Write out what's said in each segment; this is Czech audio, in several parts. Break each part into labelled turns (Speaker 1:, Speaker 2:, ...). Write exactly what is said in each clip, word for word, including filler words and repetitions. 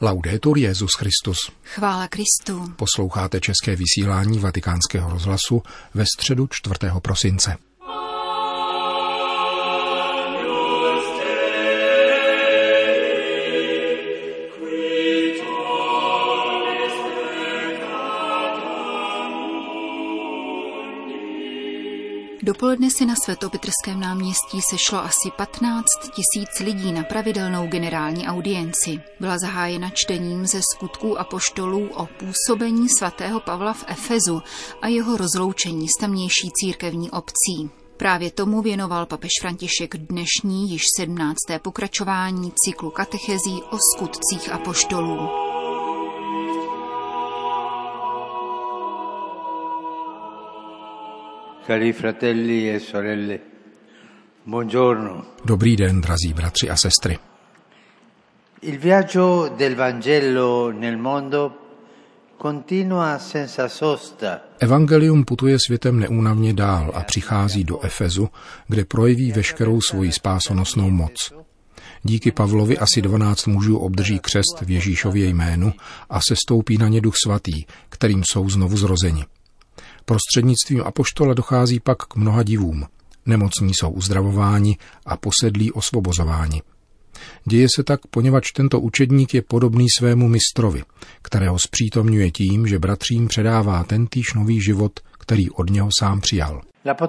Speaker 1: Laudetur Jesus Christus.
Speaker 2: Chvála Kristu.
Speaker 1: Posloucháte české vysílání Vatikánského rozhlasu ve středu čtvrtého prosince.
Speaker 2: Dopoledne se na Svatopetrském náměstí sešlo asi patnáct tisíc lidí na pravidelnou generální audienci. Byla zahájena čtením ze Skutků apoštolů o působení svatého Pavla v Efezu a jeho rozloučení s tamnější církevní obcí. Právě tomu věnoval papež František dnešní, již sedmnácté pokračování cyklu katechezí o skutcích apoštolů.
Speaker 3: Cari fratelli e sorelle, buongiorno.
Speaker 1: Dobrý den, drazí bratři a sestry.
Speaker 3: Il viaggio del Vangelo nel mondo continua senza sosta.
Speaker 1: Evangelium putuje světem neúnavně dál a přichází do Efezu, kde projeví veškerou svoji spásonosnou moc. Díky Pavlovi asi dvanáct mužů obdrží křest v Ježíšově jménu a sestoupí na ně Duch Svatý, kterým jsou znovu zrozeni. Prostřednictvím apoštola dochází pak k mnoha divům. Nemocní jsou uzdravováni a posedlí osvobozováni. Děje se tak, poněvadž tento učedník je podobný svému mistrovi, kterého zpřítomňuje tím, že bratřím předává tentýž nový život, který od něho sám přijal.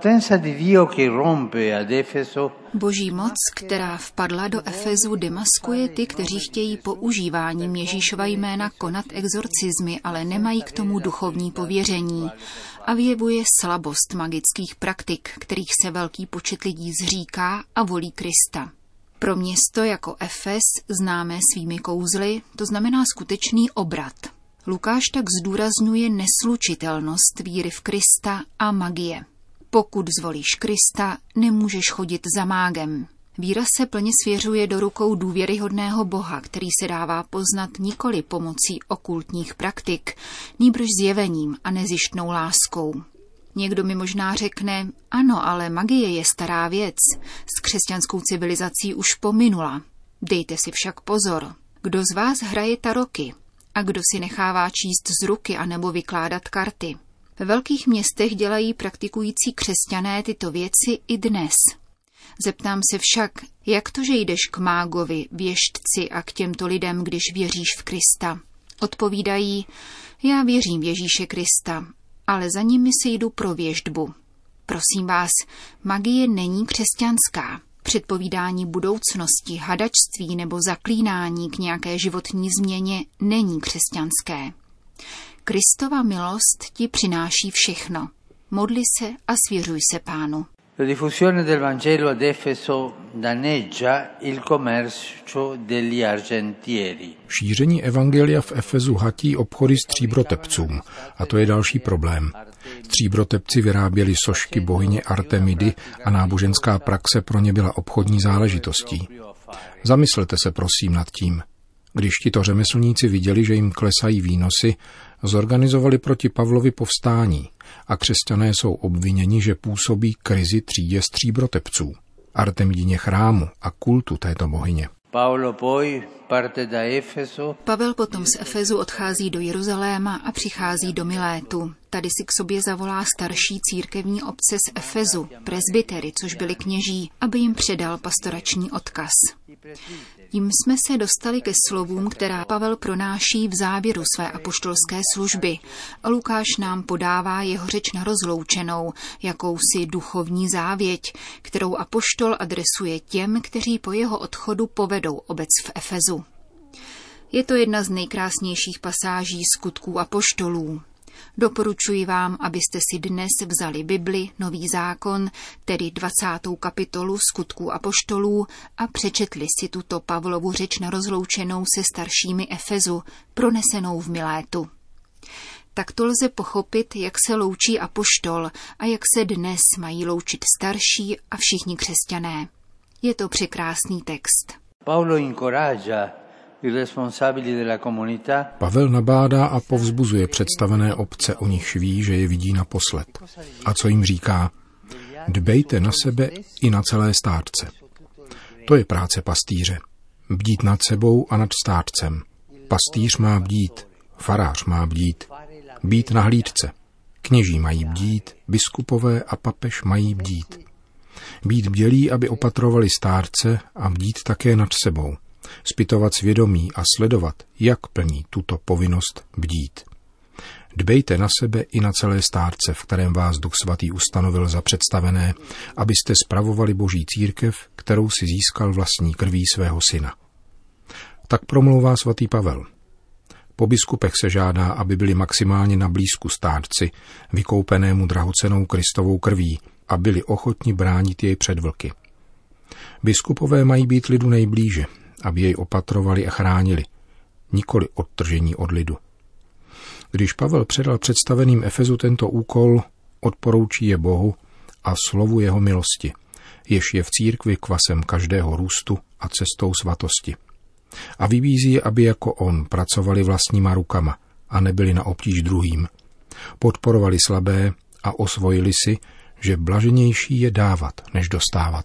Speaker 2: Boží moc, která vpadla do Efezu, demaskuje ty, kteří chtějí používáním Ježíšova jména konat exorcismy, ale nemají k tomu duchovní pověření, a vyjevuje slabost magických praktik, kterých se velký počet lidí zříká a volí Krista. Pro město jako Efes, známé svými kouzly, to znamená skutečný obrat. Lukáš tak zdůrazňuje neslučitelnost víry v Krista a magie. Pokud zvolíš Krista, nemůžeš chodit za mágem. Víra se plně svěřuje do rukou důvěryhodného Boha, který se dává poznat nikoli pomocí okultních praktik, nýbrž zjevením a nezištnou láskou. Někdo mi možná řekne, ano, ale magie je stará věc, s křesťanskou civilizací už pominula. Dejte si však pozor, kdo z vás hraje taroky a kdo si nechává číst z ruky anebo vykládat karty. Ve velkých městech dělají praktikující křesťané tyto věci i dnes. Zeptám se však, jak to, že jdeš k mágovi, věštci a k těmto lidem, když věříš v Krista? Odpovídají, já věřím v Ježíše Krista, ale za nimi si jdu pro věštbu. Prosím vás, magie není křesťanská. Předpovídání budoucnosti, hadačství nebo zaklínání k nějaké životní změně není křesťanské. Kristova milost ti přináší všechno. Modli se a svěřuj se Pánu.
Speaker 3: La diffusione del Vangelo ad Efeso danneggia il commercio degli argentieri.
Speaker 1: Šíření evangelia v Efezu hatí obchody stříbrotepcům, a to je další problém. Stříbrotepci vyráběli sošky bohyně Artemidy a náboženská praxe pro ně byla obchodní záležitostí. Zamyslete se prosím nad tím. Když tito řemeslníci viděli, že jim klesají výnosy, zorganizovali proti Pavlovi povstání a křesťané jsou obviněni, že působí krizi třídě stříbrotepců, Artemidině chrámu a kultu této bohyně.
Speaker 2: Pavel potom z Efezu odchází do Jeruzaléma a přichází do Milétu. Tady si k sobě zavolá starší církevní obce z Efezu, presbytery, což byli kněží, aby jim předal pastorační odkaz. Tím jsme se dostali ke slovům, která Pavel pronáší v závěru své apoštolské služby. A Lukáš nám podává jeho řeč na rozloučenou, jakousi duchovní závěť, kterou apoštol adresuje těm, kteří po jeho odchodu povedou obec v Efezu. Je to jedna z nejkrásnějších pasáží Skutků apoštolů. Doporučuji vám, abyste si dnes vzali Bibli, Nový zákon, tedy dvacátou kapitolu Skutků apoštolů a přečetli si tuto Pavlovu řeč na rozloučenou se staršími Efezu, pronesenou v Milétu. Takto lze pochopit, jak se loučí apoštol a jak se dnes mají loučit starší a všichni křesťané. Je to překrásný text.
Speaker 3: Paulo incoraggia
Speaker 1: Pavel nabádá a povzbuzuje představené obce, o nichž ví, že je vidí naposled. A co jim říká? Dbejte na sebe i na celé státce. To je práce pastýře. Bdít nad sebou a nad státcem. Pastýř má bdít, farář má bdít, být na hlídce. Kněží mají bdít, biskupové a papež mají bdít. Být bdělí, aby opatrovali stárce a bdít také nad sebou. Zpytovat svědomí a sledovat, jak plní tuto povinnost bdít. Dbejte na sebe i na celé stárce, v kterém vás Duch Svatý ustanovil za představené, abyste spravovali Boží církev, kterou si získal vlastní krví svého syna. Tak promlouvá svatý Pavel. Po biskupech se žádá, aby byli maximálně na blízku stárci, vykoupenému drahocennou Kristovou krví, a byli ochotni bránit jej před vlky. Biskupové mají být lidu nejblíže, aby jej opatrovali a chránili, nikoli odtržení od lidu. Když Pavel předal představeným Efezu tento úkol, odporoučí je Bohu a slovu jeho milosti, jež je v církvi kvasem každého růstu a cestou svatosti. A vybízí, aby jako on pracovali vlastníma rukama a nebyli na obtíž druhým. Podporovali slabé a osvojili si, že blaženější je dávat, než dostávat.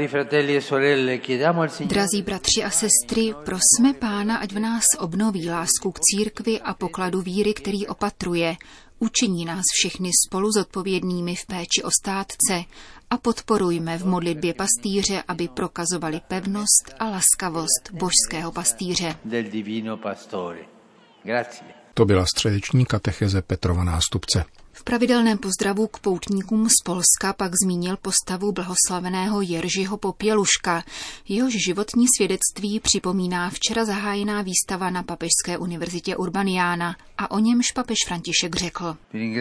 Speaker 2: Drazí bratři a sestry, prosme Pána, ať v nás obnoví lásku k církvi a pokladu víry, který opatruje, učiní nás všechny spolu zodpovědnými v péči o státce a podporujme v modlitbě pastýře, aby prokazovali pevnost a laskavost božského pastýře.
Speaker 1: To byla středeční katecheze Petrova nástupce.
Speaker 2: V pravidelném pozdravu k poutníkům z Polska pak zmínil postavu blahoslaveného Jeržiho Popěluška. Jehož životní svědectví připomíná včera zahájená výstava na Papežské univerzitě Urbaniana a o němž papež František řekl.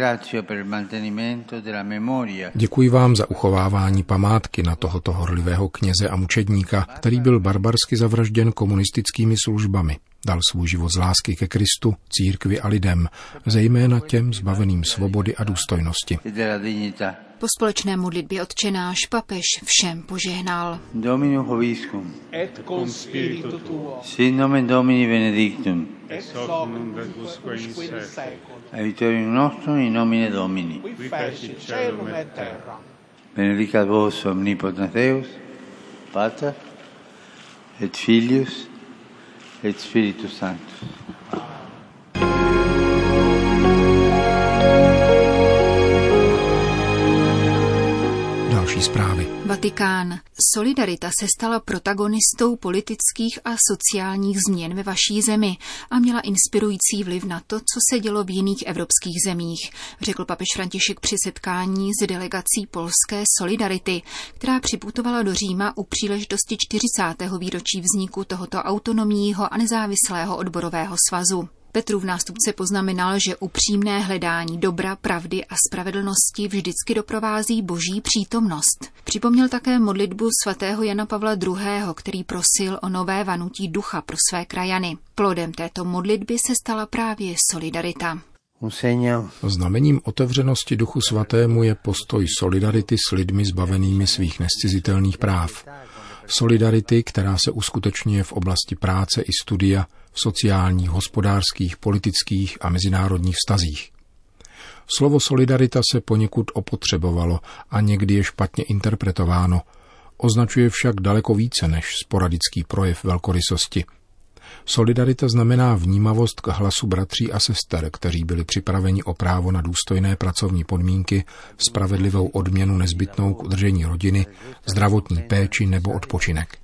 Speaker 1: Děkuji vám za uchovávání památky na tohoto horlivého kněze a mučedníka, který byl barbarsky zavražděn komunistickými službami. Dal svůj život z lásky ke Kristu, církvi a lidem, zejména těm zbaveným svobody a důstojnosti.
Speaker 2: Po společné modlitbě Otčenáš papež všem požehnal.
Speaker 3: Dominum vobiscum. Et cum spiritu tuo. Sit nomen Domini benedictum. Ex hoc nunc et usque in seculum. Aiutorium nostrum in nomine Domini. Qui fecit caelum et terra. Benedicat vos omnipotens Deus, Pater et Filius et Spiritus Sanctus.
Speaker 1: Další zprávy.
Speaker 2: Vatikán. Solidarita se stala protagonistou politických a sociálních změn ve vaší zemi a měla inspirující vliv na to, co se dělo v jiných evropských zemích, řekl papež František při setkání s delegací polské Solidarity, která připutovala do Říma u příležitosti čtyřicátého výročí vzniku tohoto autonomního a nezávislého odborového svazu. Petrův nástupce poznamenal, že upřímné hledání dobra, pravdy a spravedlnosti vždycky doprovází boží přítomnost. Připomněl také modlitbu svatého Jana Pavla druhého., který prosil o nové vanutí ducha pro své krajany. Plodem této modlitby se stala právě solidarita.
Speaker 1: Znamením otevřenosti Duchu Svatému je postoj solidarity s lidmi zbavenými svých nezcizitelných práv. Solidarity, která se uskutečňuje v oblasti práce i studia, v sociálních, hospodářských, politických a mezinárodních vztazích. Slovo solidarita se poněkud opotřebovalo a někdy je špatně interpretováno, označuje však daleko více než sporadický projev velkorysosti. Solidarita znamená vnímavost k hlasu bratří a sester, kteří byli připraveni o právo na důstojné pracovní podmínky, spravedlivou odměnu nezbytnou k udržení rodiny, zdravotní péči nebo odpočinek.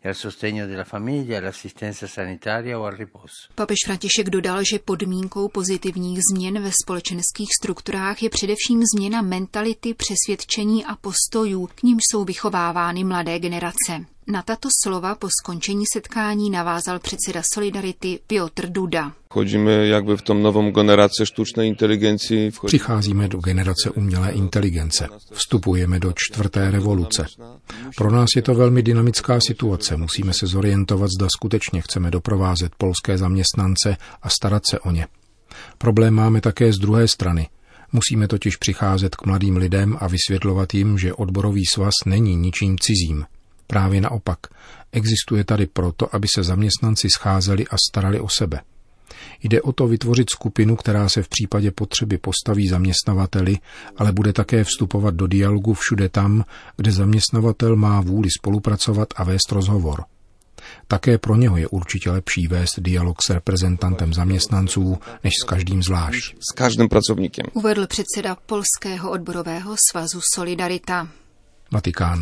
Speaker 2: Papež František dodal, že podmínkou pozitivních změn ve společenských strukturách je především změna mentality, přesvědčení a postojů, k nímž jsou vychovávány mladé generace. Na tato slova po skončení setkání navázal předseda Solidarity Piotr Duda.
Speaker 4: Chodíme jakby v tom novou generaci štučné inteligenci.
Speaker 1: Přicházíme do generace umělé inteligence. Vstupujeme do čtvrté revoluce. Pro nás je to velmi dynamická situace. Musíme se zorientovat, zda skutečně chceme doprovázet polské zaměstnance a starat se o ně. Problém máme také z druhé strany. Musíme totiž přicházet k mladým lidem a vysvětlovat jim, že odborový svaz není ničím cizím. Právě naopak, existuje tady proto, aby se zaměstnanci scházeli a starali o sebe. Jde o to vytvořit skupinu, která se v případě potřeby postaví zaměstnavateli, ale bude také vstupovat do dialogu všude tam, kde zaměstnavatel má vůli spolupracovat a vést rozhovor. Také pro něho je určitě lepší vést dialog s reprezentantem zaměstnanců, než s každým zvlášť.
Speaker 4: S každým pracovníkem.
Speaker 2: Uvedl předseda Polského odborového svazu Solidarita.
Speaker 1: Vatikán.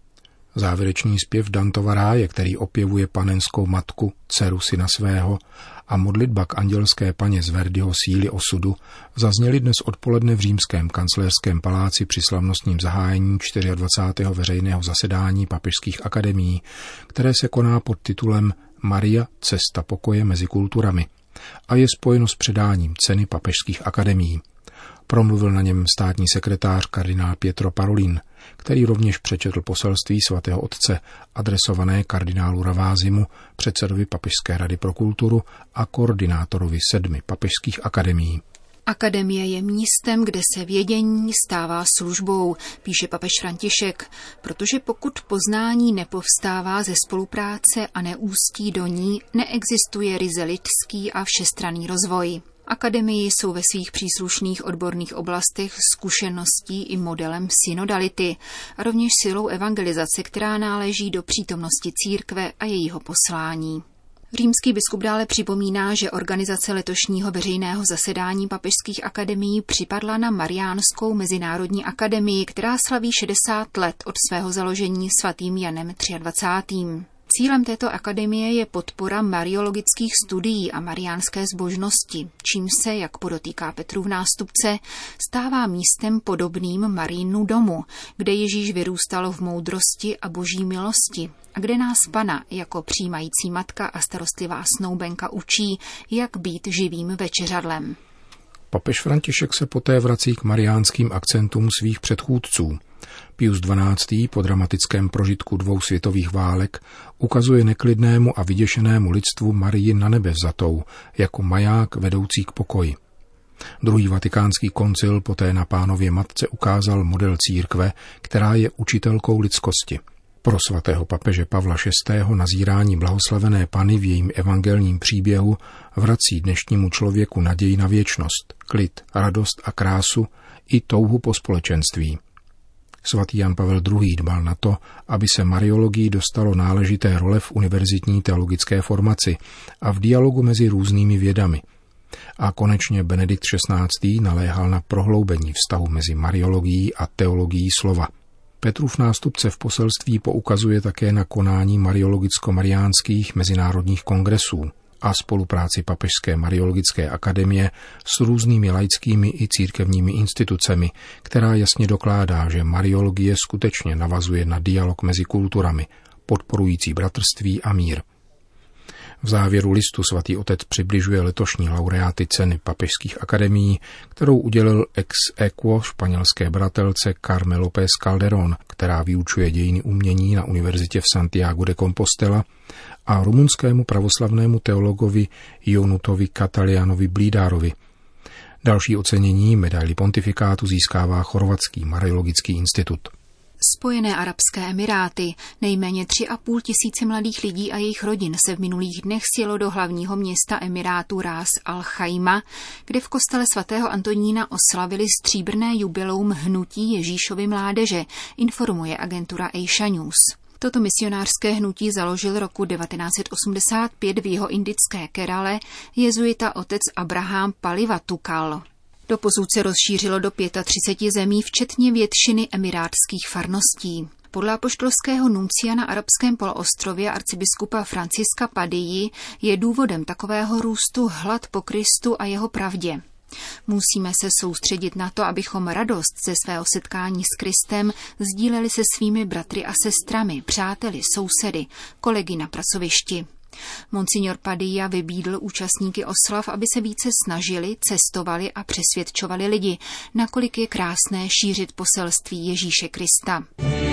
Speaker 1: Závěrečný zpěv Dantova ráje, který opěvuje panenskou matku, dceru syna svého, a modlitba k andělské paně z Verdiho Síly osudu zazněly dnes odpoledne v římském kancléřském paláci při slavnostním zahájení dvacátého čtvrtého veřejného zasedání papežských akademií, které se koná pod titulem Maria, cesta pokoje mezi kulturami a je spojeno s předáním ceny papežských akademií. Promluvil na něm státní sekretář kardinál Pietro Parolin, který rovněž přečetl poselství svatého otce adresované kardinálu Ravázimu, předsedovi Papežské rady pro kulturu a koordinátorovi sedmi papežských akademií.
Speaker 2: Akademie je místem, kde se vědění stává službou, píše papež František, protože pokud poznání nepovstává ze spolupráce a neústí do ní, neexistuje ryze lidský a všestranný rozvoj. Akademie jsou ve svých příslušných odborných oblastech zkušeností i modelem synodality a rovněž silou evangelizace, která náleží do přítomnosti církve a jejího poslání. Římský biskup dále připomíná, že organizace letošního veřejného zasedání papežských akademií připadla na Mariánskou mezinárodní akademii, která slaví šedesát let od svého založení svatým Janem dvacátým třetím Cílem této akademie je podpora mariologických studií a mariánské zbožnosti, čím se, jak podotýká Petrův nástupce, stává místem podobným Marijinu domu, kde Ježíš vyrůstal v moudrosti a boží milosti a kde nás Pana jako přijímající matka a starostlivá snoubenka učí, jak být živým večeřadlem.
Speaker 1: Papež František se poté vrací k mariánským akcentům svých předchůdců. Pius dvanáctý po dramatickém prožitku dvou světových válek ukazuje neklidnému a vyděšenému lidstvu Marii na nebe vzatou jako maják vedoucí k pokoji. Druhý vatikánský koncil poté na Pánově matce ukázal model církve, která je učitelkou lidskosti. Pro svatého papeže Pavla šestého nazírání blahoslavené Panny v jejím evangelním příběhu vrací dnešnímu člověku naději na věčnost, klid, radost a krásu i touhu po společenství. Svatý Jan Pavel druhý dbal na to, aby se mariologii dostalo náležité role v univerzitní teologické formaci a v dialogu mezi různými vědami. A konečně Benedikt šestnáctý naléhal na prohloubení vztahu mezi mariologií a teologií slova. Petrův nástupce v poselství poukazuje také na konání mariologicko-mariánských mezinárodních kongresů a spolupráci Papežské mariologické akademie s různými laickými i církevními institucemi, která jasně dokládá, že mariologie skutečně navazuje na dialog mezi kulturami, podporující bratrství a mír. V závěru listu svatý otec přibližuje letošní laureáty ceny papežských akademií, kterou udělil ex aequo španělské bratelce Carme López Calderón, která vyučuje dějiny umění na univerzitě v Santiago de Compostela, a rumunskému pravoslavnému teologovi Ionutovi Katalianovi Blídárovi. Další ocenění medaili pontifikátu získává chorvatský mariologický institut.
Speaker 2: Spojené arabské emiráty, nejméně tři a půl tisíce mladých lidí a jejich rodin se v minulých dnech sjelo do hlavního města emirátu Ras al Khaimah, kde v kostele svatého Antonína oslavili stříbrné jubileum hnutí Ježíšovy mládeže, informuje agentura Asia News. Toto misionářské hnutí založil roku devatenáct set osmdesát pět v jeho indické Kerale jezuita otec Abraham Palivatukal. Doposud se rozšířilo do třiceti pěti zemí, včetně většiny emirátských farností. Podle apoštolského nuncia na arabském poloostrově arcibiskupa Franciska Padilly je důvodem takového růstu hlad po Kristu a jeho pravdě. Musíme se soustředit na to, abychom radost ze svého setkání s Kristem sdíleli se svými bratry a sestrami, přáteli, sousedy, kolegy na pracovišti. Monsignor Padilla vybídl účastníky oslav, aby se více snažili, cestovali a přesvědčovali lidi, nakolik je krásné šířit poselství Ježíše Krista.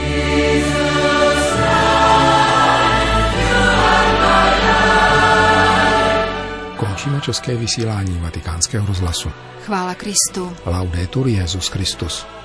Speaker 1: Končíme české vysílání Vatikánského rozhlasu.
Speaker 2: Chvála Kristu.
Speaker 1: Laudetur Jesus Christus.